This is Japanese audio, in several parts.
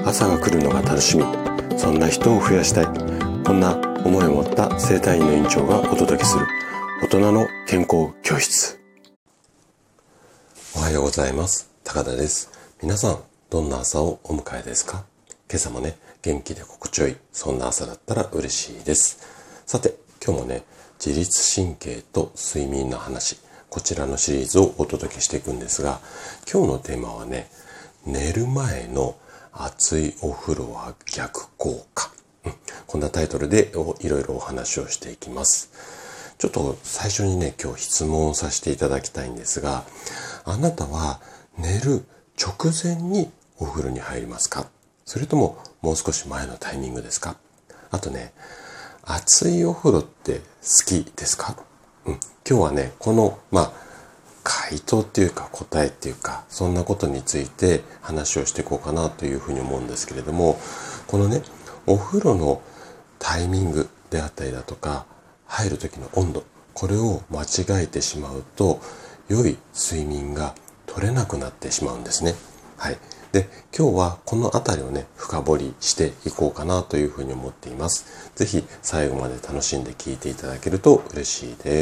朝が来るのが楽しみ、そんな人を増やしたい、こんな思いを持った整体院の院長がお届けする大人の健康教室。おはようございます。高田です。皆さんどんな朝をお迎えですか？今朝もね、元気で心地よい、そんな朝だったら嬉しいです。さて、今日もね、自律神経と睡眠の話、こちらのシリーズをお届けしていくんですが、今日のテーマはね、寝る前の熱いお風呂は逆効果、こんなタイトルでいろいろお話をしていきます。ちょっと最初にね、今日質問をさせていただきたいんですが、あなたは寝る直前にお風呂に入りますか？それとももう少し前のタイミングですか？あとね、熱いお風呂って好きですか？今日はね、この回答っていうか答えっていうか、そんなことについて話をしていこうかなというふうに思うんですけれども、このね、お風呂のタイミングであったりだとか、入る時の温度、これを間違えてしまうと、良い睡眠が取れなくなってしまうんですね。はい。で、今日はこのあたりをね、深掘りしていこうかなというふうに思っています。ぜひ最後まで楽しんで聞いていただけると嬉しいです。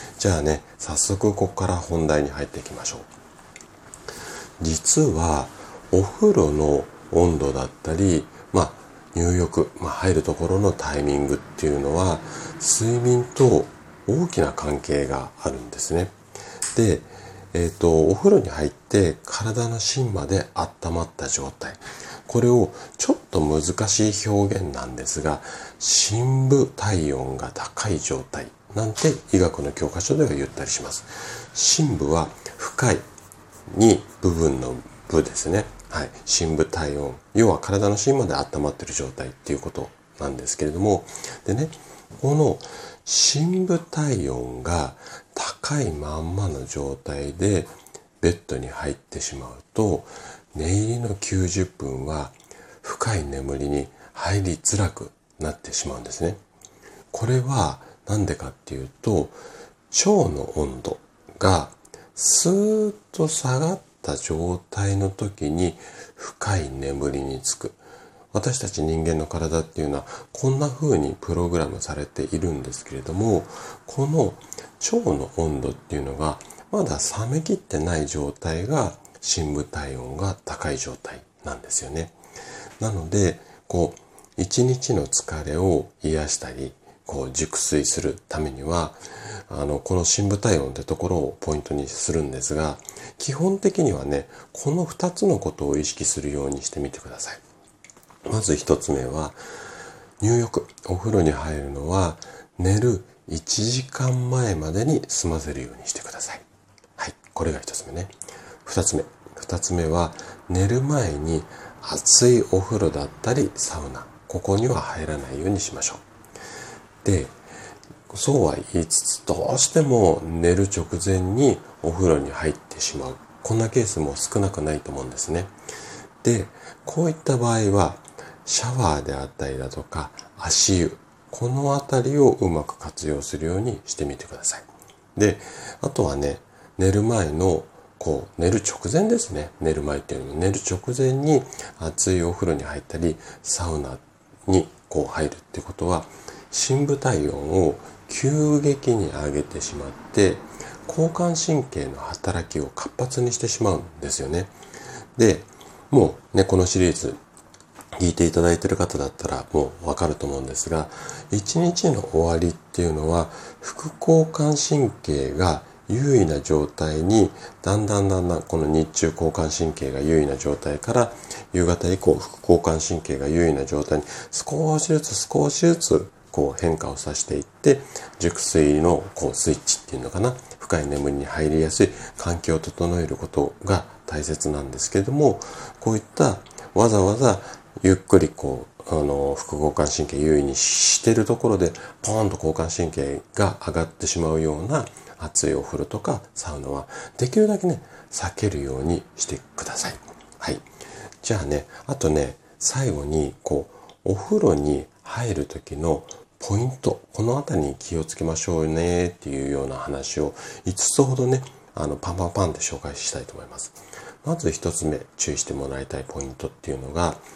じゃあね、早速ここから本題に入っていきましょう。実はお風呂の温度だったり、入浴、入るところのタイミングっていうのは睡眠と大きな関係があるんですね。で、お風呂に入って体の芯まで温まった状態。これをちょっと難しい表現なんですが、深部体温が高い状態なんて医学の教科書では言ったりします。深部は深いに部分の部ですね。はい。深部体温。要は体の芯まで温まっている状態っていうことなんですけれども。でね、この深部体温が高いまんまの状態でベッドに入ってしまうと、寝入りの90分は深い眠りに入りづらくなってしまうんですね。これはなんでかっていうと、腸の温度がスーッと下がった状態の時に深い眠りにつく。私たち人間の体っていうのはこんな風にプログラムされているんですけれども、この腸の温度っていうのがまだ冷めきってない状態が深部体温が高い状態なんですよね。なので、一日の疲れを癒したり、熟睡するためには、この深部体温ってところをポイントにするんですが、基本的にはね、この2つのことを意識するようにしてみてください。まず1つ目は、入浴、お風呂に入るのは寝る1時間前までに済ませるようにしてください。はい、これが1つ目ね。2つ目は、寝る前に熱いお風呂だったりサウナ、ここには入らないようにしましょう。で、そうは言いつつ、どうしても寝る直前にお風呂に入ってしまう。こんなケースも少なくないと思うんですね。で、こういった場合は、シャワーであったりだとか、足湯、このあたりをうまく活用するようにしてみてください。で、あとはね、寝る前の、寝る直前ですね。寝る前っていうのも、寝る直前に熱いお風呂に入ったり、サウナに入るっていうことは、深部体温を急激に上げてしまって、交感神経の働きを活発にしてしまうんですよね。で、もうね、このシリーズ聞いていただいている方だったらもうわかると思うんですが、一日の終わりっていうのは副交感神経が優位な状態にだんだんこの日中交感神経が優位な状態から夕方以降副交感神経が優位な状態に少しずつ変化をさせていって、熟睡のスイッチっていうのかな、深い眠りに入りやすい環境を整えることが大切なんですけれども、こういったわざわざゆっくり副交感神経優位にしているところでポーンと交感神経が上がってしまうような熱いお風呂とかサウナはできるだけね、避けるようにしてください。はい。じゃあね、あとね、最後にお風呂に入る時のポイント、このあたりに気をつけましょうねっていうような話を5つほどね、パンって紹介したいと思います。まず1つ目、注意してもらいたいポイントっていうのが、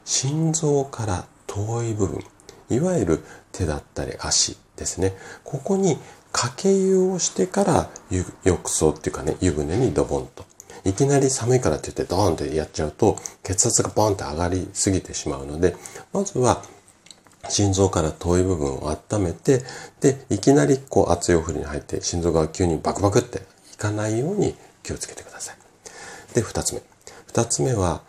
心臓から遠い部分、いわゆる手だったり足ですね。ここにかけ湯をしてから浴槽っていうかね、湯船にドボンと。いきなり寒いからって言ってドーンってやっちゃうと血圧がボーンって上がりすぎてしまうので、まずは心臓から遠い部分を温めて、で、いきなり熱いお風呂に入って心臓が急にバクバクっていかないように気をつけてください。で、二つ目は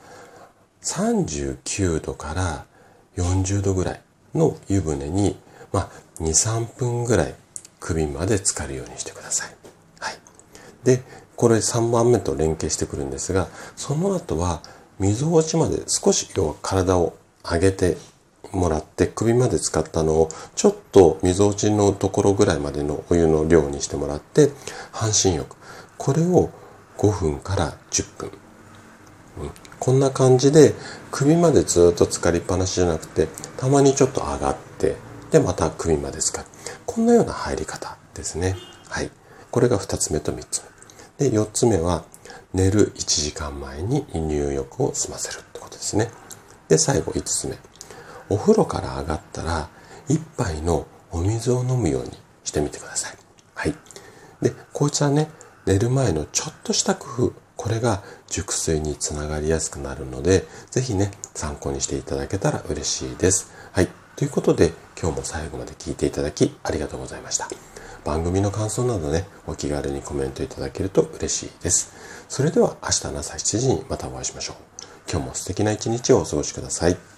39度から40度ぐらいの湯船に、2、3分ぐらい首まで浸かるようにしてください。はい。で、これ3番目と連携してくるんですが、その後は溝落ちまで少し体を上げてもらって首まで浸かったのをちょっと溝落ちのところぐらいまでのお湯の量にしてもらって、半身浴。これを5分から10分。こんな感じで首までずっと浸かりっぱなしじゃなくて、たまにちょっと上がって、でまた首まで浸かる。こんなような入り方ですね。はい。これが2つ目と3つ目。で、4つ目は寝る1時間前に入浴を済ませるってことですね。で、最後5つ目。お風呂から上がったら1杯のお水を飲むようにしてみてください。はい。で、こいつはね、寝る前のちょっとした工夫、これが熟睡につながりやすくなるので、ぜひね、参考にしていただけたら嬉しいです。はい。ということで、今日も最後まで聞いていただきありがとうございました。番組の感想などね、お気軽にコメントいただけると嬉しいです。それでは明日の朝7時にまたお会いしましょう。今日も素敵な一日をお過ごしください。